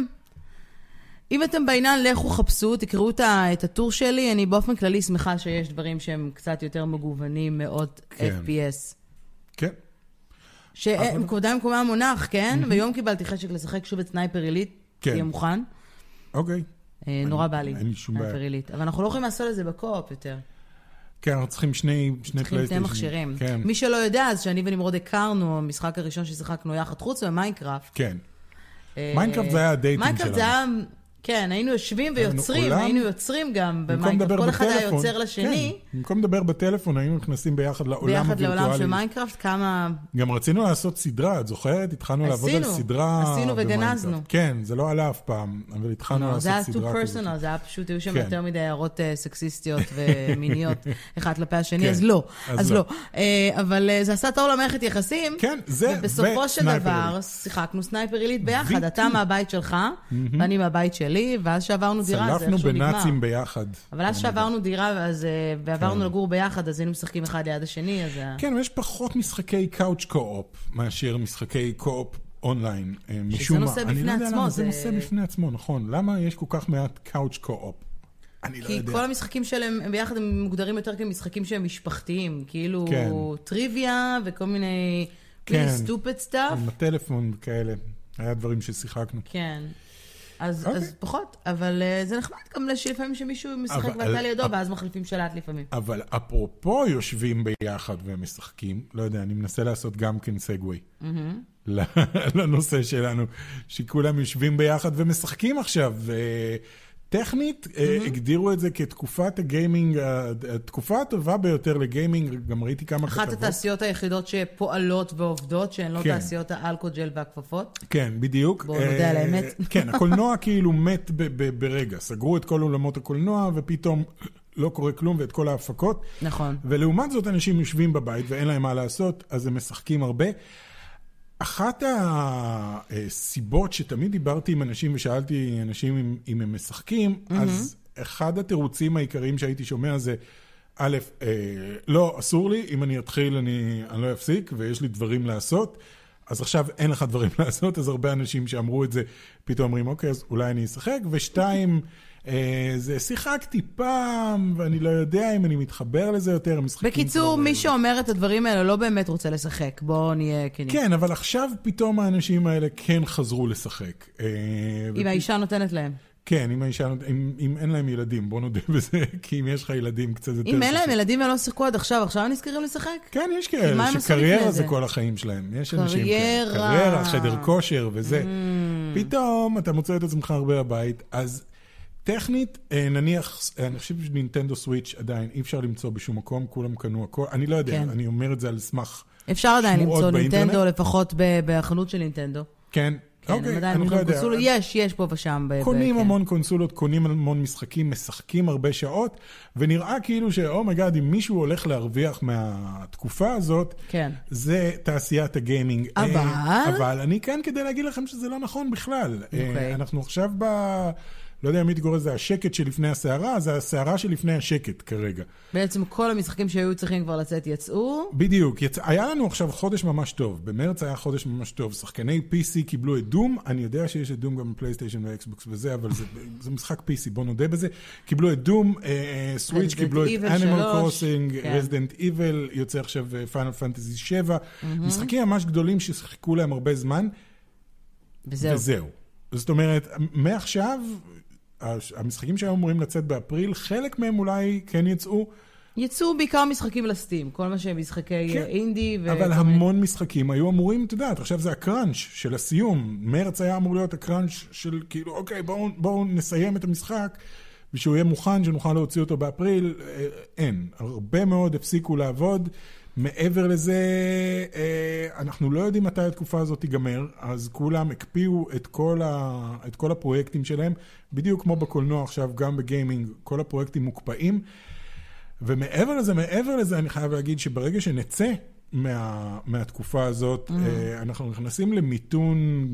אם אתם בעניין, לכו חפשו, תקראו את הטור שלי. אני באופן כללי שמחה שיש דברים שהם קצת יותר מגוונים מאוד אף פי אס. כן. שהם כבודם מקומם המונח, כן? ויום קיבלתי חשק לשחק שוב את סנייפר עילית, תהיה מוכן. אוקיי. נורא בא לי, סנייפר עילית. אבל אנחנו לא יכולים לעשות לזה בקו-אופ יותר. כן, אנחנו צריכים שני פלייסטיישנים. צריכים שני מכשירים. מי שלא יודע, אז שאני ונמרוד הכרנו, המשחק הראשון ששיחקנו יחד חוץ במיינקראפט. כן. מיינקראפט זה היה הדייטינג שלנו. מיינקראפט זה היה כן, היינו יושבים ויוצרים, היינו יוצרים גם במיינקראפט, כל אחד היה יוצר לשני. כן, במקום לדבר בטלפון, היינו נכנסים ביחד לעולם הווירטואלי. ביחד לעולם של מיינקראפט, כמה... גם רצינו לעשות סדרה, את זוכרת? התחלנו לעבוד על סדרה... עשינו וגנזנו. כן, זה לא עלה אף פעם, אבל התחלנו לעשות סדרה כזאת. זה היה too personal, זה היה פשוט, היו שם יותר מדי הערות סקסיסטיות ומיניות, אחד כלפי השני, אז לא, אז לא. אבל זה עשה טוב למערכת יחסים, ובסופו של דבר שיחקנו סנייפר עילית ביחד, אתה מהבית שלך, ואני מהבית שלי, ואז שעברנו דירה, זה איכשהו נגמר. צלפנו בנאצים ביחד. אבל אז שעברנו דירה, ועברנו לגור ביחד, אז היינו משחקים אחד ליד השני, אז... כן, ויש פחות משחקי קאוץ' קו-אופ, מאשר משחקי קו-אופ אונליין. שזה נושא בפני עצמו. זה נושא בפני עצמו, נכון. למה יש כל כך מעט קאוץ' קו-אופ? אני לא יודע. כי כל המשחקים שלהם, הם ביחד הם מוגדרים יותר כמשחקים שהם משפחתיים, כאילו טריוויה וכל מיני סטופד סטאפ. עם הטלפון וכאלה. היה דברים ששיחקנו. כן. אז, okay. אז פחות, אבל uh, זה נחמד גם לפעמים שמישהו משחק ואתה לידו, אבל, ואז מחליפים שלט לפעמים. אבל אפרופו יושבים ביחד ומשחקים, לא יודע, אני מנסה לעשות גם כן סגווי mm-hmm. לנושא שלנו, שכולם יושבים ביחד ומשחקים עכשיו, טכנית, mm-hmm. הגדירו את זה כתקופת הגיימינג, התקופה הטובה ביותר לגיימינג, גם ראיתי כמה כתבות. אחת התעשיות היחידות שפועלות ועובדות, שהן לא כן. תעשיות האלכוג'ל והכפפות. כן, בדיוק. בואו נודה על האמת. כן, הקולנוע כאילו מת ב- ב- ברגע. סגרו את כל עולמות הקולנוע, ופתאום לא קורה כלום, ואת כל ההפקות. נכון. ולעומת זאת, אנשים יושבים בבית, ואין להם מה לעשות, אז הם משחקים הרבה. אחת הסיבות שתמיד דיברתי עם אנשים ושאלתי אנשים אם, אם הם משחקים, mm-hmm. אז אחד התירוצים העיקריים שהייתי שומע זה, א', אה, לא, אסור לי, אם אני אתחיל אני, אני לא אפסיק ויש לי דברים לעשות, אז עכשיו אין לך דברים לעשות, אז הרבה אנשים שאמרו את זה פתאום אומרים, אוקיי, אז אולי אני אשחק, ושתיים, זה שיחקתי פעם, ואני לא יודע אם אני מתחבר לזה יותר. בקיצור, מי שאומר את הדברים האלה לא באמת רוצה לשחק. בואו נהיה כנים. כן, אבל עכשיו פתאום האנשים האלה כן חזרו לשחק. אם האישה נותנת להם. כן, אם האישה נותנת, אם אין להם ילדים, בוא נודה בזה, כי אם יש לך ילדים קצת יותר... אם אין להם ילדים ולא שיחקו עד עכשיו, עכשיו הם נזכרים לשחק? כן, יש כאלה, שקריירה זה כל החיים שלהם. יש אנשים כאלה. קריירה, חדר כושר וזה. פתאום אתה מוצא את עצמך הרבה בבית, אז טכנית, נניח, אני חושב שנינטנדו סוויץ' עדיין אי אפשר למצוא בשום מקום, כולם קנו הכל, אני לא יודע, אני אומר את זה על סמך אפשר עדיין למצוא נינטנדו, לפחות בחנות של נינטנדו. כן, אוקיי, אני לא יודע. יש, יש פה ושם. קונים המון קונסולות, קונים המון משחקים, משחקים הרבה שעות, ונראה כאילו שאומייגאד, אם מישהו הולך להרוויח מהתקופה הזאת, זה תעשיית הגיימינג. אבל? אבל אני כאן כדי להגיד לכם שזה לא נכון בכלל. אנחנו עכשיו ב... לא יודע מי תגור את זה, השקט שלפני הסערה, זה הסערה שלפני השקט כרגע. בעצם כל המשחקים שהיו צריכים כבר לצאת יצאו? בדיוק, יצ... היה לנו עכשיו חודש ממש טוב, במרץ היה חודש ממש טוב, שחקני פי סי קיבלו את דום, אני יודע שיש את דום גם בפלייסטיישן ואקסבוקס וזה, אבל זה, זה משחק פי סי, בוא נודה בזה, קיבלו את דום, סוויץ' קיבלו את אנימל קרוסינג, רזידנט איבל, יוצא עכשיו פיינל פנטזי שבע, משחקים ממש גדולים ששיחקו להם הרבה זמן, וזהו. וזהו. זאת אומרת, מעכשיו... המשחקים שהיו אמורים לצאת באפריל, חלק מהם אולי כן יצאו. יצאו בעיקר משחקים לסטים, כל מה שהם משחקי כן, אינדי. ו... אבל המון משחקים היו אמורים, אתה יודעת, עכשיו זה הקראנץ' של הסיום. מרץ היה אמור להיות הקראנץ' של כאילו, אוקיי, בואו, בואו נסיים את המשחק, ושהוא יהיה מוכן, שנוכל להוציא אותו באפריל. אין. הרבה מאוד הפסיקו לעבוד. מעבר לזה, אנחנו לא יודעים מתי התקופה הזאת תיגמר, אז כולם הקפיאו את כל, ה... את כל הפרויקטים שלהם, בדיוק כמו בקולנוע עכשיו, גם בגיימינג, כל הפרויקטים מוקפאים, ומעבר לזה, מעבר לזה, אני חייב להגיד שברגע שנצא מה... מהתקופה הזאת, mm-hmm. אנחנו נכנסים למיתון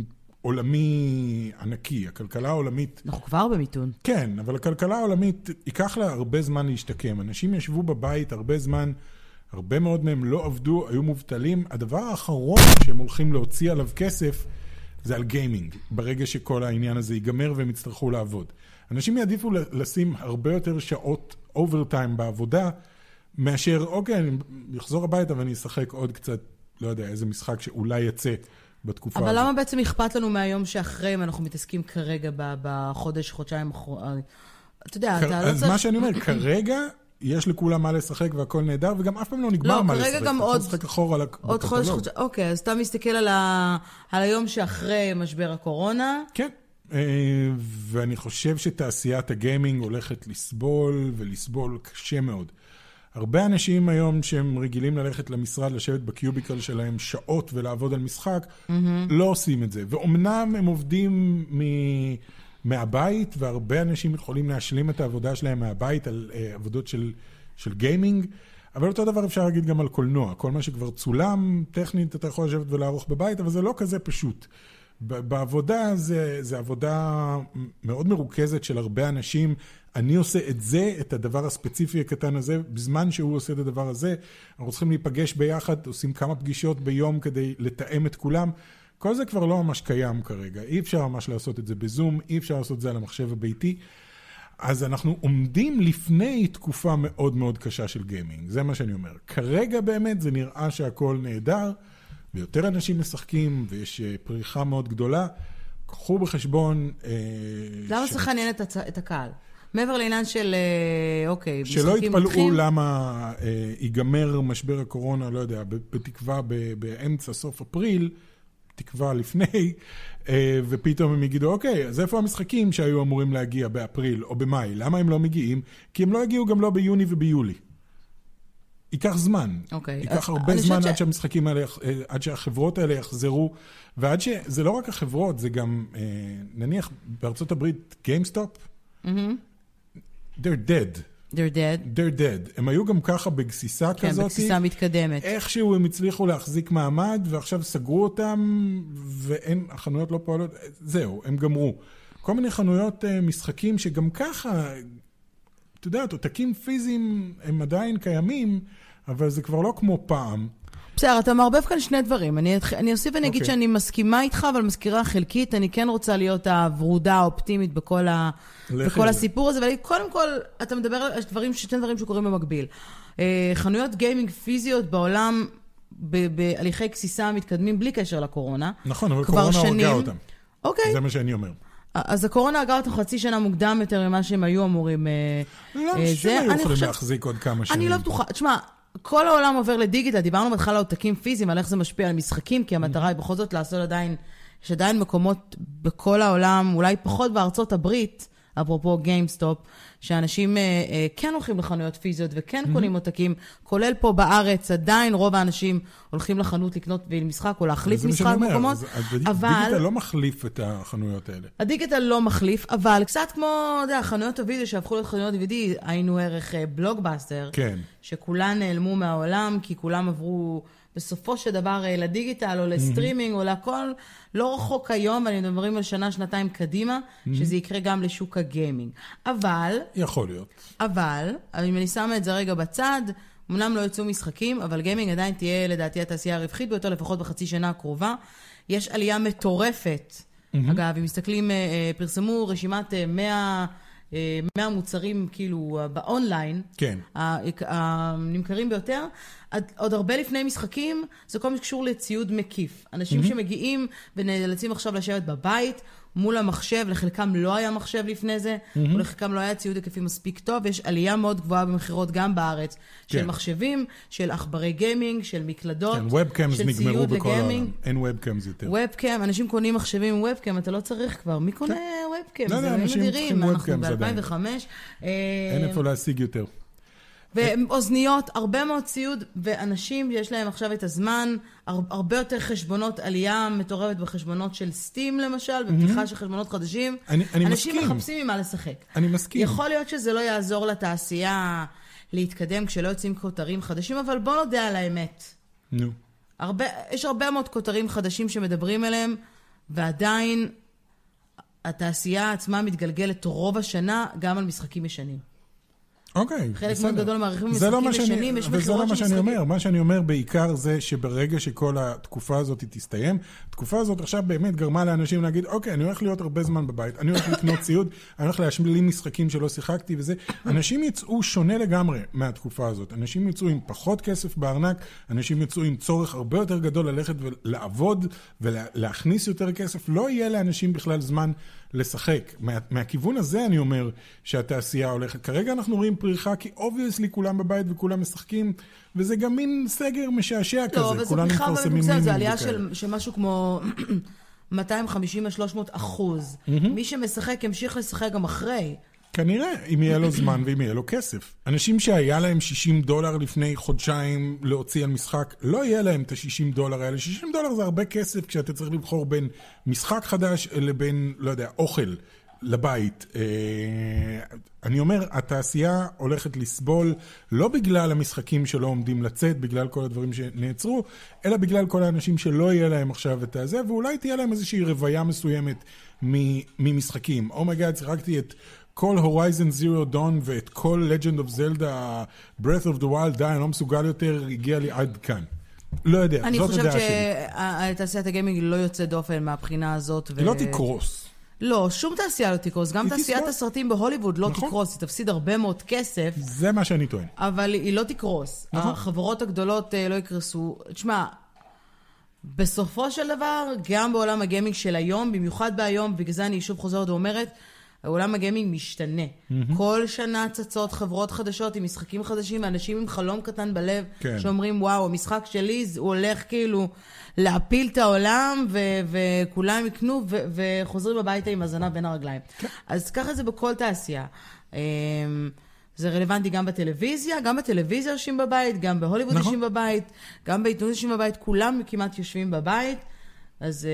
עולמי ענקי, הכלכלה העולמית... אנחנו כבר במיתון. כן, אבל הכלכלה העולמית ייקח לה הרבה זמן להשתקם. אנשים ישבו בבית הרבה זמן, הרבה מאוד מהם לא עבדו, היו מובטלים. הדבר האחרון שהם הולכים להוציא עליו כסף, זה על גיימינג, ברגע שכל העניין הזה ייגמר והם יצטרכו לעבוד. אנשים יעדיפו לשים הרבה יותר שעות אוברטיים בעבודה, מאשר, אוקיי, אני אחזור הביתה ואני אשחק עוד קצת, לא יודע, איזה משחק שאולי יצא בתקופה אבל הזאת. למה בעצם אכפת לנו מהיום שאחרי, אם אנחנו מתעסקים כרגע בחודש, חודשיים אחרונים? אתה יודע, אתה לא צריך... אז מה שאני אומר, כרגע... יש לכולם מה לשחק והכל נהדר, וגם אף פעם לא נגמר מה לשחק. לא, כרגע גם עוד... לשחק אחורה עוד חודש, חודש... אוקיי, אז אתה מסתכל על, ה... על היום שאחרי משבר הקורונה. כן. ואני חושב שתעשיית הגיימינג הולכת לסבול ולסבול קשה מאוד. הרבה אנשים היום שהם רגילים ללכת למשרד, לשבת בקיוביקל שלהם שעות ולעבוד על משחק, mm-hmm. לא עושים את זה. ואומנם הם עובדים מ... מהבית, והרבה אנשים יכולים להשלים את העבודה שלהם מהבית על uh, עבודות של, של גיימינג, אבל אותו דבר אפשר להגיד גם על קולנוע. כל מה שכבר צולם, טכנית אתה יכול לשבת ולערוך בבית, אבל זה לא כזה פשוט. בעבודה זה, זה עבודה מאוד מרוכזת של הרבה אנשים. אני עושה את זה, את הדבר הספציפי הקטן הזה, בזמן שהוא עושה את הדבר הזה. אנחנו צריכים להיפגש ביחד, עושים כמה פגישות ביום כדי לתאם את כולם. כל זה כבר לא ממש קיים כרגע. אי אפשר ממש לעשות את זה בזום, אי אפשר לעשות את זה על המחשב הביתי. אז אנחנו עומדים לפני תקופה מאוד מאוד קשה של גיימינג. זה מה שאני אומר. כרגע באמת זה נראה שהכל נהדר, ויותר אנשים משחקים, ויש פריחה מאוד גדולה. קחו בחשבון... למה צריך לעניין את הקהל? מעבר לעניין של, אוקיי, שלא יתפלאו למה ייגמר משבר הקורונה, לא יודע, בתקווה באמצע סוף אפריל, תקווה לפני, ופתאום הם יגידו, אוקיי, אז איפה המשחקים שהיו אמורים להגיע באפריל או במאי? למה הם לא מגיעים? כי הם לא הגיעו גם לא ביוני וביולי. ייקח זמן. אוקיי. ייקח הרבה זמן עד שהמשחקים האלה, עד שהחברות האלה יחזרו, ועד שזה לא רק החברות, זה גם, נניח, בארצות הברית, GameStop, they're dead. They're dead. They're dead. הם היו גם ככה בגסיסה כן, כזאת. כן, בגסיסה מתקדמת. איכשהו הם הצליחו להחזיק מעמד, ועכשיו סגרו אותם, והחנויות לא פועלות. זהו, הם גמרו. כל מיני חנויות משחקים שגם ככה, אתה יודע, עותקים פיזיים הם עדיין קיימים, אבל זה כבר לא כמו פעם. בסדר, אתה מערבב כאן שני דברים. אני, אני אוסיף ואני אגיד okay. שאני מסכימה איתך, אבל מזכירה חלקית. אני כן רוצה להיות הוורודה האופטימית בכל, ה, בכל הסיפור הזה. וקודם כל, אתה מדבר על דברים, שתי דברים שקורים במקביל. חנויות גיימינג פיזיות בעולם, בהליכי כסיסה מתקדמים בלי קשר לקורונה. נכון, אבל קורונה הרגה אותם. אוקיי. זה מה שאני אומר. אז הקורונה הרגה אותם חצי שנה מוקדם יותר ממה שהם היו אמורים... לא, שהם היו יכולים להחזיק עוד כמה שנים. אני לא בטוחה. תשמע, כל העולם עובר לדיגיטל, דיברנו בהתחלה על עותקים פיזיים, על איך זה משפיע על משחקים, כי המטרה היא בכל זאת לעשות עדיין, יש עדיין מקומות בכל העולם, אולי פחות בארצות הברית, אפרופו גיימסטופ, שאנשים אה, אה, כן הולכים לחנויות פיזיות וכן קונים עותקים, כולל פה בארץ, עדיין רוב האנשים הולכים לחנות לקנות משחק או להחליף משחק במקומות, אבל... הדיגיטל לא מחליף את החנויות האלה. הדיגיטל לא מחליף, אבל קצת כמו, יודע, חנויות הוידאו שהפכו להיות חנויות די וי די, היינו ערך בלוגבאסטר, כן. שכולן נעלמו מהעולם, כי כולם עברו בסופו של דבר לדיגיטל או לסטרימינג או לכל, לא רחוק היום, אני מדברים על שנה, שנתיים קדימה, שזה יקרה גם לשוק הגיימינג. אבל... יכול להיות. אבל, אם אני שמה את זה רגע בצד, אמנם לא יצאו משחקים, אבל גיימינג עדיין תהיה לדעתי התעשייה הרווחית ביותר, לפחות בחצי שנה הקרובה. יש עלייה מטורפת. אגב, אם מסתכלים, פרסמו רשימת מאה... מאה מוצרים כאילו באונליין, כן. הנמכרים ביותר, עוד הרבה לפני משחקים, זה כל מה שקשור לציוד מקיף. אנשים mm-hmm. שמגיעים ונאלצים עכשיו לשבת בבית, מול המחשב, לחלקם לא היה מחשב לפני זה, mm-hmm. ולחלקם לא היה ציוד היקפי מספיק טוב, יש עלייה מאוד גבוהה במחירות גם בארץ, כן. של מחשבים, של עכברי גיימינג, של מקלדות, כן, ובקאמס נגמרו בכל העולם. אין ובקאמס יותר. ובקאם, אנשים קונים מחשבים עם ובקאם, אתה לא צריך כבר. מי קונה ובקאם? לא, זה אנשים צריכים ובקאם. אנחנו ב-אלפיים וחמש. אין איפה להשיג יותר. ואוזניות, הרבה מאוד ציוד, ואנשים יש להם עכשיו את הזמן, הרבה יותר חשבונות, עלייה מטורפת בחשבונות של סטים למשל, בפתיחה של חשבונות חדשים. אני, אני אנשים מסכים. מחפשים ממה לשחק. אני מסכים. יכול להיות שזה לא יעזור לתעשייה להתקדם כשלא יוצאים כותרים חדשים, אבל בוא נודע על האמת. נו. הרבה, יש הרבה מאוד כותרים חדשים שמדברים עליהם, ועדיין התעשייה עצמה מתגלגלת רוב השנה גם על משחקים ישנים. אוקיי, חלק מאוד גדול מהרכיבים משחקים לא ישנים, יש וזה מחירות לא מה של שאני משחקים. אומר. מה שאני אומר בעיקר זה שברגע שכל התקופה הזאת תסתיים, התקופה הזאת עכשיו באמת גרמה לאנשים להגיד, אוקיי, אני הולך להיות הרבה זמן בבית, אני הולך לקנות ציוד, אני הולך להשלים משחקים שלא שיחקתי וזה. אנשים יצאו שונה לגמרי מהתקופה הזאת. אנשים יצאו עם פחות כסף בארנק, אנשים יצאו עם צורך הרבה יותר גדול ללכת ולעבוד ולהכניס יותר כסף. לא יהיה לאנשים בכלל זמן לשחק. מה, מהכיוון הזה אני אומר שהתעשייה הולכת. כרגע אנחנו רואים פריחה, כי obviously כולם בבית וכולם משחקים, וזה גם מין סגר משעשע לא, כזה. לא, וזה פריחה ומתוקצב, זה עלייה של, של משהו כמו מאתיים וחמישים עד שלוש מאות אחוז. מי שמשחק ימשיך לשחק גם אחרי. כנראה, אם יהיה לו זמן ואם יהיה לו כסף. אנשים שהיה להם שישים דולר לפני חודשיים להוציא על משחק, לא יהיה להם את ה-שישים דולר האלה. שישים דולר זה הרבה כסף כשאתה צריך לבחור בין משחק חדש לבין, לא יודע, אוכל לבית. אני אומר, התעשייה הולכת לסבול לא בגלל המשחקים שלא עומדים לצאת, בגלל כל הדברים שנעצרו, אלא בגלל כל האנשים שלא יהיה להם עכשיו את הזה, ואולי תהיה להם איזושהי רוויה מסוימת ממשחקים. אומייגאד, שיחקתי את כל Horizon Zero Dawn ואת כל Legend of Zelda, Breath of the Wild, די, אני לא מסוגל יותר, הגיע לי עד כאן. לא יודע, זאת הדעה שלי. אני חושבת שתעשיית הגיימינג לא יוצא דופן מהבחינה הזאת. היא לא תקרוס. לא, שום תעשייה לא תקרוס. גם תעשיית הסרטים בהוליווד לא תקרוס. היא תפסיד הרבה מאוד כסף. זה מה שאני טוען. אבל היא לא תקרוס. החברות הגדולות לא יקרסו. תשמע, בסופו של דבר, גם בעולם הגיימינג של היום, במיוחד בהיום, בגלל זה אני שוב חוזרת ואומרת, העולם הגיימינג משתנה. Mm-hmm. כל שנה צצות חברות חדשות עם משחקים חדשים, אנשים עם חלום קטן בלב, כן. שאומרים, וואו, המשחק שלי, הוא הולך כאילו להפיל את העולם, ו- וכולם יקנו, ו- וחוזרים הביתה עם הזנב בין הרגליים. כן. אז ככה זה בכל תעשייה. זה רלוונטי גם בטלוויזיה, גם בטלוויזיה יושבים בבית, גם בהוליווד נכון. יושבים בבית, גם בעיתונות יושבים בבית, כולם כמעט יושבים בבית. אז...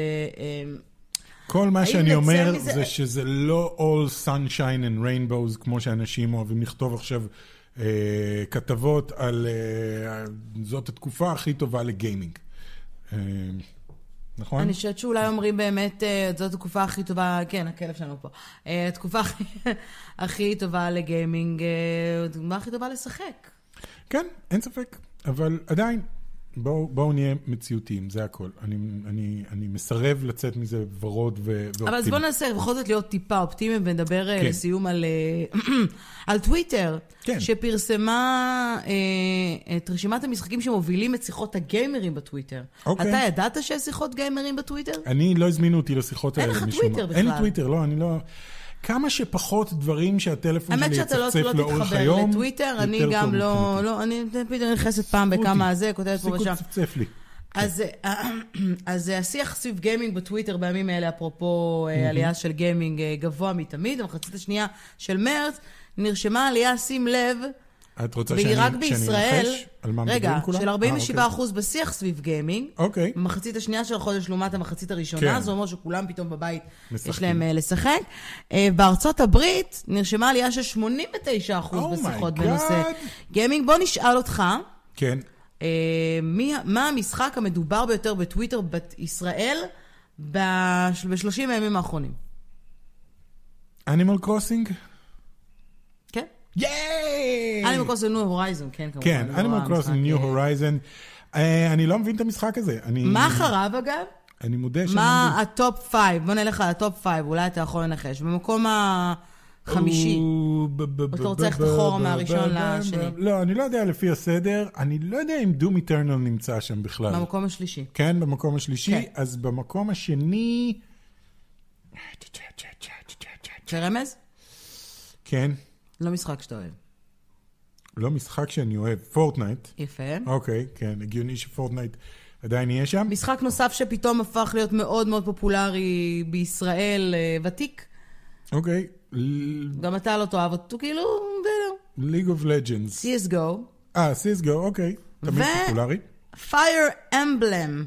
כל מה שאני אומר מזה... זה שזה לא all sunshine and rainbows, כמו שאנשים אוהבים לכתוב עכשיו אה, כתבות על אה, זאת התקופה הכי טובה לגיימינג. אה, נכון? אני חושבת שאולי אומרים באמת, אה, זאת התקופה הכי טובה, כן, הכלב שלנו פה, אה, התקופה הכי, הכי טובה לגיימינג, אה, התקופה הכי טובה לשחק. כן, אין ספק, אבל עדיין, בואו, בואו נהיה מציאותיים, זה הכל. אני, אני, אני מסרב לצאת מזה ורוד ואופטימי. אבל אז בואו ננסה בכל זאת להיות טיפה אופטימיים, ונדבר כן. לסיום על, על טוויטר, כן. שפרסמה אה, את רשימת המשחקים שמובילים את שיחות הגיימרים בטוויטר. אוקיי. אתה ידעת שיש שיחות גיימרים בטוויטר? אני לא הזמינו אותי לשיחות האלה. אין לך טוויטר בכלל. אין לי טוויטר, לא, אני לא... כמה שפחות דברים שהטלפון שלי יצפצף לאורך היום. האמת שאתה לא לטוויטר, אני גם לא, לא, אני פתאום נכנסת פעם בכמה הזה, כותבת פה ושם. צפצף לי. אז, אז השיח סביב גיימינג בטוויטר בימים האלה, אפרופו עלייה של גיימינג גבוה מתמיד, המחצית השנייה של מרץ, נרשמה עלייה, שים לב, את רוצה שאני אנחש על מה מדברים כולם? רגע, של ארבעים ושבעה אחוז בשיח סביב גיימינג, אוקיי. מחצית השנייה של החודש לעומת המחצית הראשונה, זה אומר שכולם פתאום בבית יש להם לשחק. בארצות הברית נרשמה עלייה של שמונים ותשעה אחוז בשיחות בנושא גיימינג. בוא נשאל אותך, כן. מה המשחק המדובר ביותר בטוויטר בישראל ב-שלושים הימים האחרונים? Animal Crossing? כן. ייי! Animal Crossing New Horizon, כן, כמובן. כן, Animal Crossing New Horizon. אני לא מבין את המשחק הזה. מה אחריו, אגב? אני מודה שאני... מה הטופ פייב? בוא נלך על הטופ פייב, אולי אתה יכול לנחש. במקום החמישי. אתה רוצה איך תחור מהראשון לשני? לא, אני לא יודע לפי הסדר. אני לא יודע אם Doom Eternal נמצא שם בכלל. במקום השלישי. כן, במקום השלישי. אז במקום השני... שרמז? כן. לא משחק שאתה אוהב. לא משחק שאני אוהב. פורטנייט. יפה. אוקיי, כן. הגיוני שפורטנייט עדיין יהיה שם. משחק נוסף שפתאום הפך להיות מאוד מאוד פופולרי בישראל, ותיק. אוקיי. גם אתה לא תאהב אותו, כאילו, League of Legends. סי אס גו. אה, סי אס גו, אוקיי. תמיד פופולרי. Fire Emblem.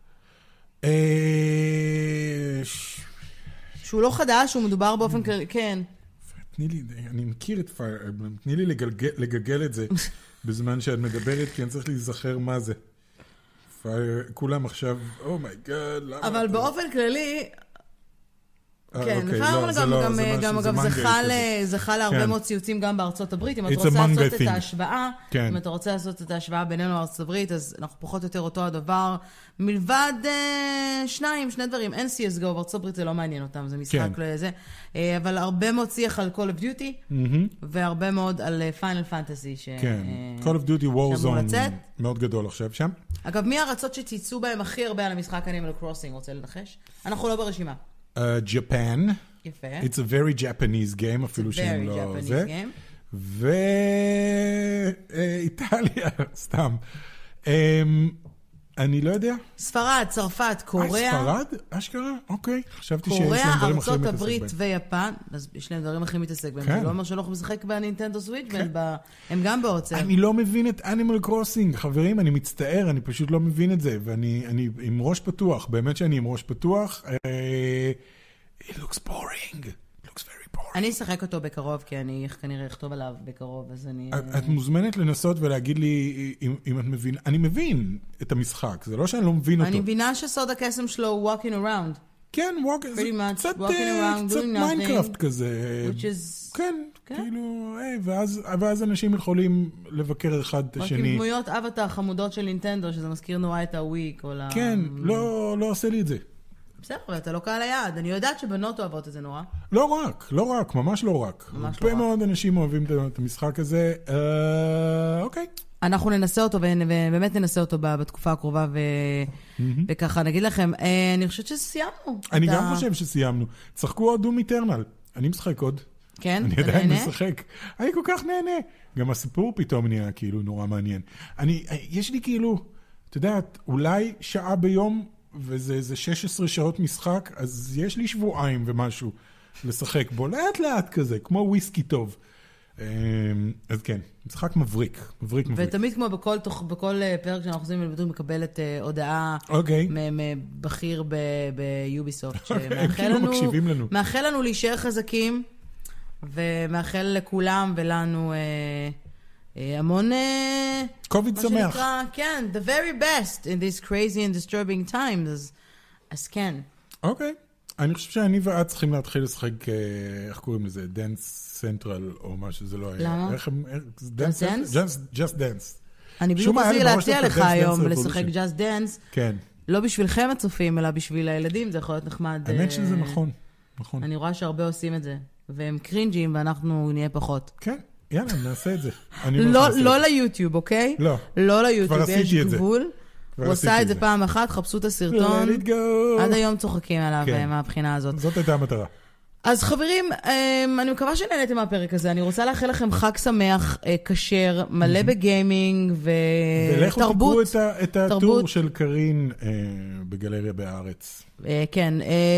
שהוא לא חדש, הוא מדובר באופן כללי, כן. תני לי, אני מכיר את Fire Emblem, תני לי לגלגל, לגגל את זה בזמן שאת מדברת, כי אני צריך להיזכר מה זה. Fire, כולם עכשיו, אומייגאד, למה? אבל באופן כללי, כן, גם אגב זכה להרבה מאוד ציוצים גם בארצות הברית, אם אתה רוצה לעשות את ההשוואה, אם אתה רוצה לעשות את ההשוואה בינינו לארצות הברית, אז אנחנו פחות או יותר אותו הדבר, מלבד שניים, שני דברים, אין סי אס גו, בארצות הברית זה לא מעניין אותם, זה משחק לזה, אבל הרבה מאוד שיח על Call of Duty, והרבה מאוד על Final Fantasy, כן, Call of Duty Warzone, מאוד גדול עכשיו שם. אגב, מי הארצות שצייצו בהם הכי הרבה על המשחק Animal Crossing, רוצה לנחש? אנחנו לא ברשימה. Uh, Japan. יפה. It's a very Japanese game, אפילו שהם לא זה. ואיטליה, סתם. אני לא יודע. ספרד, צרפת, קוריאה. ספרד? אשכרה? אוקיי. חשבתי שיש להם דברים קוריאה, אחרים ארצות מתעסק הברית בהם. ויפן, אז יש להם דברים אחרים מתעסק בהם. זה לא אומר שלא משחק בנינטנדו סוויץ', הם גם בעוצר. אני לא מבין את אנימל קרוסינג. חברים, אני מצטער, אני פשוט לא מבין את זה. ואני עם ראש פתוח. באמת שאני עם ראש פתוח. It looks boring. It looks very boring. אני אשחק אותו בקרוב, כי אני כנראה אכתוב עליו בקרוב, אז אני... את מוזמנת לנסות ולהגיד לי אם את מבין. אני מבין את המשחק, זה לא שאני לא מבין אותו. אני מבינה שסוד הקסם שלו הוא walking around. כן, קצת מיינקראפט כזה. כן, כאילו, ואז אנשים יכולים לבקר אחד את השני. רק עם דמויות אבטר חמודות של נינטנדו, שזה מזכיר נורא את הווי. כן, לא עושה לי את זה. בסדר, אבל אתה לא קהל היעד. אני יודעת שבנות אוהבות את זה נורא. לא רק, לא רק, ממש לא רק. הרבה מאוד אנשים אוהבים את המשחק הזה. אוקיי. אנחנו ננסה אותו, ובאמת ננסה אותו בתקופה הקרובה, וככה נגיד לכם, אני חושבת שסיימנו. אני גם חושב שסיימנו. צחקו עוד דום איטרנל. אני משחק עוד. כן? אני עדיין משחק. אני כל כך נהנה. גם הסיפור פתאום נהיה כאילו נורא מעניין. אני, יש לי כאילו, אתה יודע, אולי שעה ביום, וזה איזה שש עשרה שעות משחק, אז יש לי שבועיים ומשהו לשחק בו, לאט לאט כזה, כמו וויסקי טוב. אז כן, משחק מבריק, מבריק מבריק. ותמיד כמו בכל, תוך, בכל פרק שאנחנו עושים לביטוי, מקבלת הודעה מבכיר ביוביסופט, שמאחל לנו, מאחל לנו להישאר חזקים, ומאחל לכולם ולנו המון... קוביד שמח. כן, the very best in these crazy and disturbing times, אז, אז כן. אוקיי. אני חושב שאני ואת צריכים להתחיל לשחק, איך קוראים לזה? דנס סנטרל או מה שזה לא היה. למה? דנס? Just Dance. אני בדיוק רציתי להציע לך היום לשחק Just Dance. כן. לא בשבילכם הצופים, אלא בשביל הילדים, זה יכול להיות נחמד. האמת שזה נכון, נכון. אני רואה שהרבה עושים את זה, והם קרינג'ים ואנחנו נהיה פחות. כן. יאללה, נעשה את זה. לא ליוטיוב, אוקיי? לא. לא ליוטיוב, יש גבול. הוא עושה את זה פעם אחת, חפשו את הסרטון. עד היום צוחקים עליו מהבחינה הזאת. זאת הייתה המטרה. אז חברים, אני מקווה שנהנתם מהפרק הזה. אני רוצה לאחל לכם חג שמח, כשר, מלא בגיימינג ותרבות. ולכו תקראו את הטור של קרין בגלריה בארץ. כן.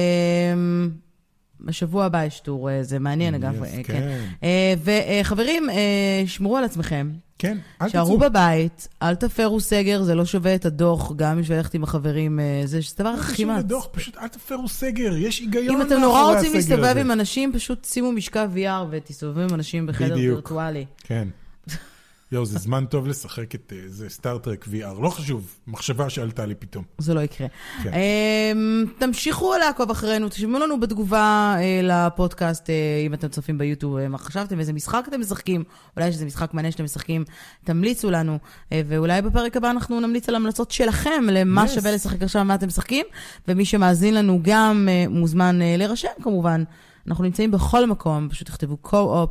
בשבוע הבא יש טור, זה מעניין אגב. וחברים, שמרו על עצמכם. כן, אל תצאו. שערו בבית, אל תפרו סגר, זה לא שווה את הדוח, גם בשביל ללכת עם החברים, זה דבר הכי מעט. הדוח, פשוט אל תפרו סגר, יש היגיון. אם אתם נורא רוצים להסתובב עם אנשים, פשוט שימו משקע וי אר ותסתובבו עם אנשים בחדר וירטואלי. כן. יו, זה זמן טוב לשחק את זה סטארטרק וי אר. לא חשוב, מחשבה שעלתה לי פתאום. זה לא יקרה. תמשיכו לעקוב אחרינו, תשמעו לנו בתגובה לפודקאסט, אם אתם צופים ביוטיוב, מה חשבתם, איזה משחק אתם משחקים, אולי יש איזה משחק מעניין שאתם משחקים, תמליצו לנו, ואולי בפרק הבא אנחנו נמליץ על המלצות שלכם, למה שווה לשחק עכשיו, מה אתם משחקים, ומי שמאזין לנו גם מוזמן להירשם כמובן. אנחנו נמצאים בכל מקום, פשוט תכתבו קו-אופ,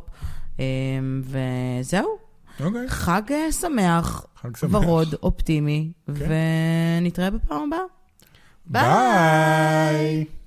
וזהו. Okay. חג שמח, חג שמח, ורוד, אופטימי, okay. ונתראה בפעם הבאה. ביי! ביי!